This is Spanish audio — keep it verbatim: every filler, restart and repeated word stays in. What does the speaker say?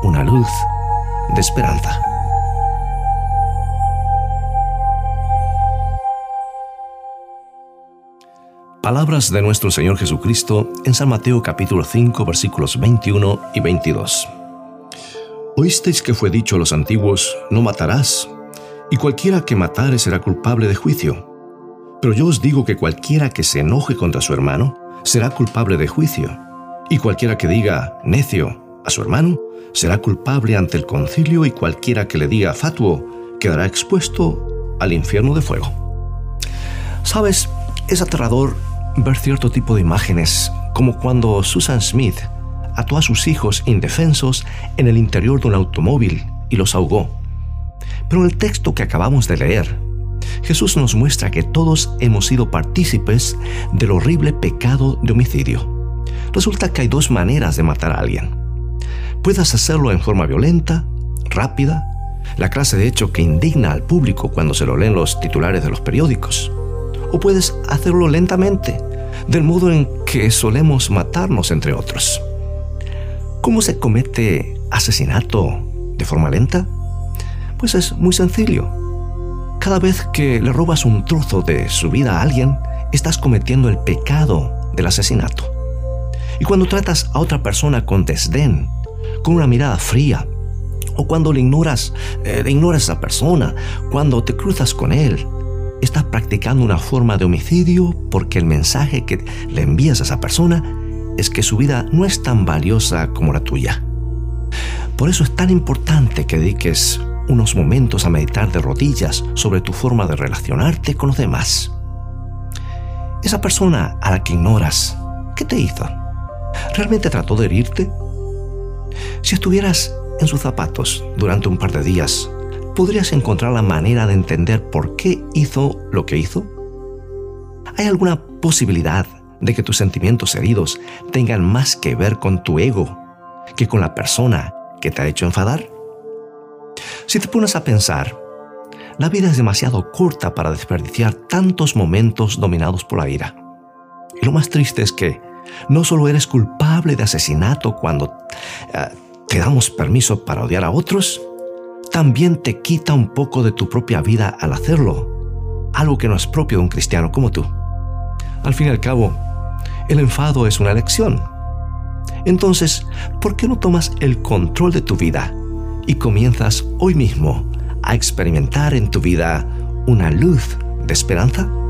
una luz de esperanza. Palabras de nuestro Señor Jesucristo en San Mateo capítulo cinco, versículos veintiuno y veintidós. Oísteis que fue dicho a los antiguos, no matarás, y cualquiera que matare será culpable de juicio. Pero yo os digo que cualquiera que se enoje contra su hermano será culpable de juicio, y cualquiera que diga necio a su hermano será culpable ante el concilio, y cualquiera que le diga fatuo quedará expuesto al infierno de fuego. ¿Sabes? Es aterrador ver cierto tipo de imágenes, como cuando Susan Smith ató a sus hijos indefensos en el interior de un automóvil y los ahogó. Pero en el texto que acabamos de leer, Jesús nos muestra que todos hemos sido partícipes del horrible pecado de homicidio. Resulta que hay dos maneras de matar a alguien. Puedes hacerlo en forma violenta, rápida, la clase de hecho que indigna al público cuando se lo leen los titulares de los periódicos. O puedes hacerlo lentamente, del modo en que solemos matarnos entre otros. ¿Cómo se comete asesinato de forma lenta? Pues es muy sencillo. Cada vez que le robas un trozo de su vida a alguien, estás cometiendo el pecado del asesinato. Y cuando tratas a otra persona con desdén, con una mirada fría, o cuando le ignoras, eh, le ignoras a esa persona, cuando te cruzas con él, estás practicando una forma de homicidio porque el mensaje que le envías a esa persona es que su vida no es tan valiosa como la tuya. Por eso es tan importante que dediques unos momentos a meditar de rodillas sobre tu forma de relacionarte con los demás. Esa persona a la que ignoras, ¿qué te hizo? ¿Realmente trató de herirte? Si estuvieras en sus zapatos durante un par de días, ¿podrías encontrar la manera de entender por qué hizo lo que hizo? ¿Hay alguna posibilidad de que tus sentimientos heridos tengan más que ver con tu ego que con la persona que te ha hecho enfadar? Si te pones a pensar, la vida es demasiado corta para desperdiciar tantos momentos dominados por la ira. Y lo más triste es que no solo eres culpable de asesinato cuando uh, te damos permiso para odiar a otros, también te quita un poco de tu propia vida al hacerlo, algo que no es propio de un cristiano como tú. Al fin y al cabo, el enfado es una elección. Entonces, ¿por qué no tomas el control de tu vida y comienzas hoy mismo a experimentar en tu vida una luz de esperanza?